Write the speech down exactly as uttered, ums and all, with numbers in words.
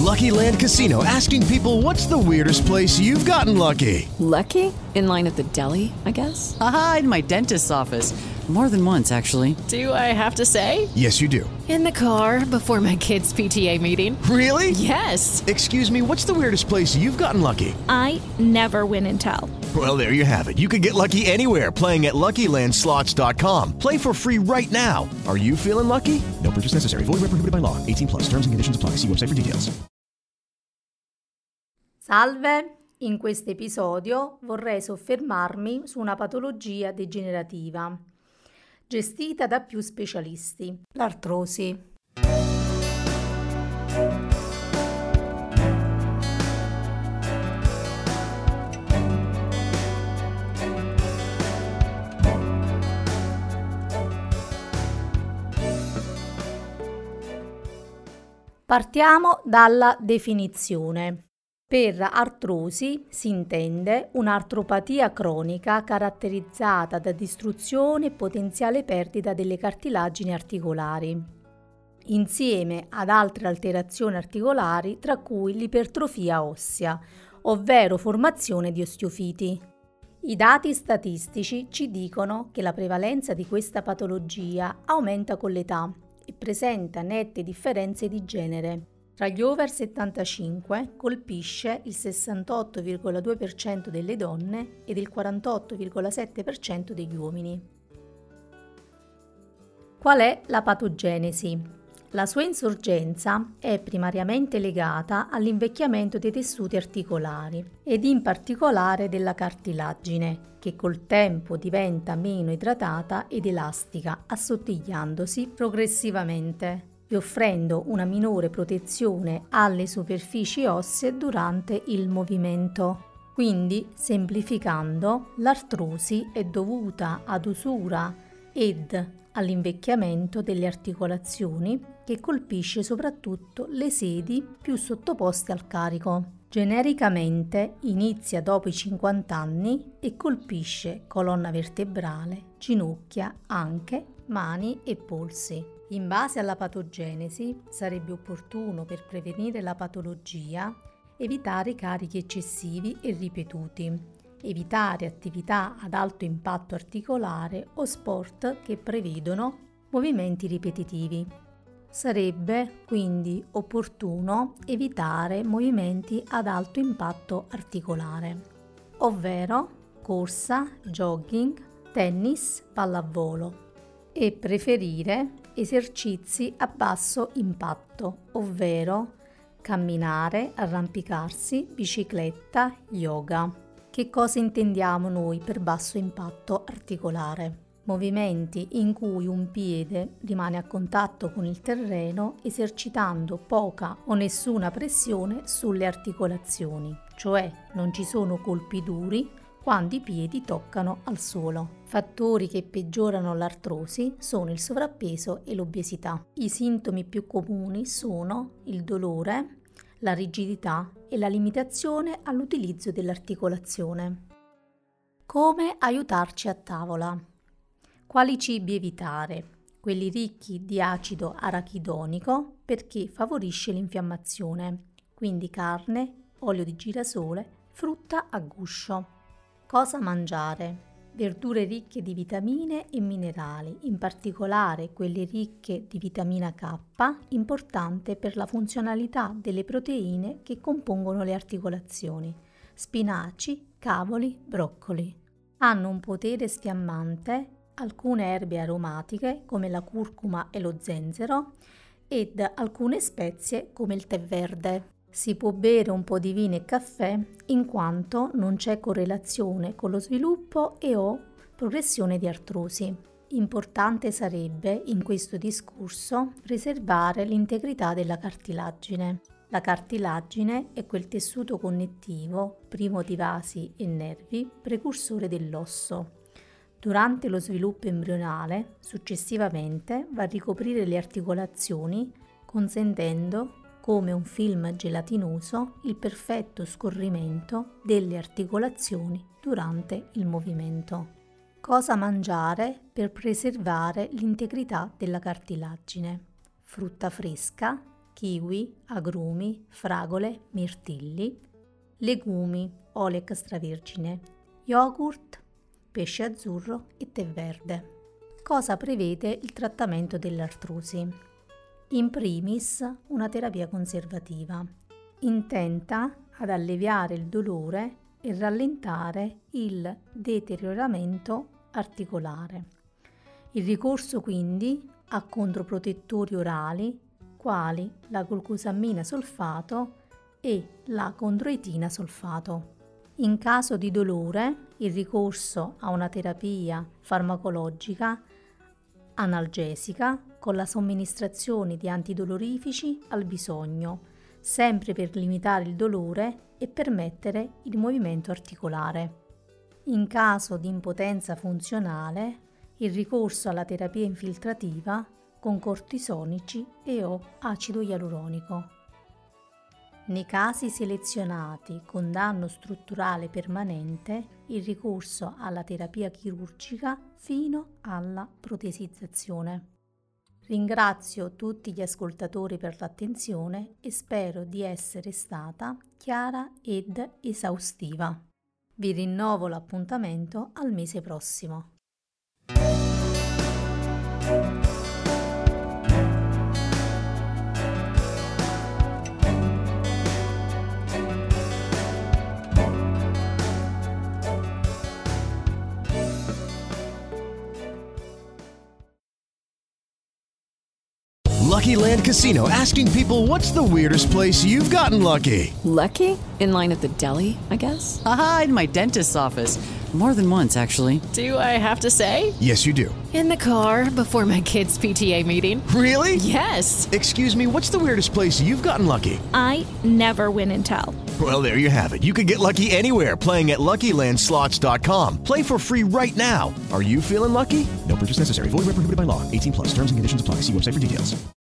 Lucky Land Casino, asking people, what's the weirdest place you've gotten lucky? Lucky? In line at the deli, I guess? Aha, in my dentist's office. More than once, actually. Do I have to say? Yes, you do. In the car before my kids' P T A meeting. Really? Yes. Excuse me, what's the weirdest place you've gotten lucky? I never win and tell. Well, there you have it. You can get lucky anywhere, playing at Lucky Land Slots dot com. Play for free right now. Are you feeling lucky? No purchase necessary. Void where prohibited by law. eighteen plus. Terms and conditions apply. See website for details. Salve! In questo episodio vorrei soffermarmi su una patologia degenerativa gestita da più specialisti, l'artrosi. Partiamo dalla definizione. Per artrosi si intende un'artropatia cronica caratterizzata da distruzione e potenziale perdita delle cartilagini articolari, insieme ad altre alterazioni articolari tra cui l'ipertrofia ossea, ovvero formazione di osteofiti. I dati statistici ci dicono che la prevalenza di questa patologia aumenta con l'età e presenta nette differenze di genere. Tra gli over settantacinque colpisce il sessantotto virgola due per cento delle donne ed il quarantotto virgola sette per cento degli uomini. Qual è la patogenesi? La sua insorgenza è primariamente legata all'invecchiamento dei tessuti articolari ed in particolare della cartilagine, che col tempo diventa meno idratata ed elastica, assottigliandosi progressivamente e offrendo una minore protezione alle superfici ossee durante il movimento. Quindi, semplificando, l'artrosi è dovuta ad usura ed all'invecchiamento delle articolazioni che colpisce soprattutto le sedi più sottoposte al carico. Genericamente inizia dopo i cinquanta anni e colpisce colonna vertebrale, ginocchia, anche, mani e polsi. In base alla patogenesi sarebbe opportuno, per prevenire la patologia, evitare carichi eccessivi e ripetuti, evitare attività ad alto impatto articolare o sport che prevedono movimenti ripetitivi. Sarebbe quindi opportuno evitare movimenti ad alto impatto articolare, ovvero corsa, jogging, tennis, pallavolo, e preferire esercizi a basso impatto, ovvero camminare, arrampicarsi, bicicletta, yoga. Che cosa intendiamo noi per basso impatto articolare? Movimenti in cui un piede rimane a contatto con il terreno esercitando poca o nessuna pressione sulle articolazioni, cioè non ci sono colpi duri quando i piedi toccano al suolo. Fattori che peggiorano l'artrosi sono il sovrappeso e l'obesità. I sintomi più comuni sono il dolore, la rigidità e la limitazione all'utilizzo dell'articolazione. Come aiutarci a tavola? Quali cibi evitare? Quelli ricchi di acido arachidonico perché favorisce l'infiammazione, quindi carne, olio di girasole, frutta a guscio. Cosa mangiare? Verdure ricche di vitamine e minerali, in particolare quelle ricche di vitamina K, importante per la funzionalità delle proteine che compongono le articolazioni, spinaci, cavoli, broccoli. Hanno un potere sfiammante alcune erbe aromatiche come la curcuma e lo zenzero ed alcune spezie come il tè verde. Si può bere un po' di vino e caffè in quanto non c'è correlazione con lo sviluppo e o progressione di artrosi. Importante sarebbe in questo discorso preservare l'integrità della cartilagine. La cartilagine è quel tessuto connettivo, primo di vasi e nervi, precursore dell'osso. Durante lo sviluppo embrionale, successivamente va a ricoprire le articolazioni, consentendo come un film gelatinoso il perfetto scorrimento delle articolazioni durante il movimento. Cosa mangiare per preservare l'integrità della cartilagine? Frutta fresca, kiwi, agrumi, fragole, mirtilli, legumi, olio extravergine, yogurt, pesce azzurro e tè verde. Cosa prevede il trattamento dell'artrosi? In primis, una terapia conservativa, intenta ad alleviare il dolore e rallentare il deterioramento articolare. Il ricorso quindi a controprotettori orali quali la glucosammina solfato e la condroitina solfato. In caso di dolore, il ricorso a una terapia farmacologica analgesica con la somministrazione di antidolorifici al bisogno, sempre per limitare il dolore e permettere il movimento articolare. In caso di impotenza funzionale, il ricorso alla terapia infiltrativa con cortisonici e o acido ialuronico. Nei casi selezionati con danno strutturale permanente, il ricorso alla terapia chirurgica fino alla protesizzazione. Ringrazio tutti gli ascoltatori per l'attenzione e spero di essere stata chiara ed esaustiva. Vi rinnovo l'appuntamento al mese prossimo. Lucky Land Casino, asking people, what's the weirdest place you've gotten lucky? Lucky? In line at the deli, I guess? Aha, in my dentist's office. More than once, actually. Do I have to say? Yes, you do. In the car before my kids' P T A meeting. Really? Yes. Excuse me, what's the weirdest place you've gotten lucky? I never win and tell. Well, there you have it. You can get lucky anywhere, playing at Lucky Land Slots dot com. Play for free right now. Are you feeling lucky? No purchase necessary. Void where prohibited by law. eighteen plus. Terms and conditions apply. See website for details.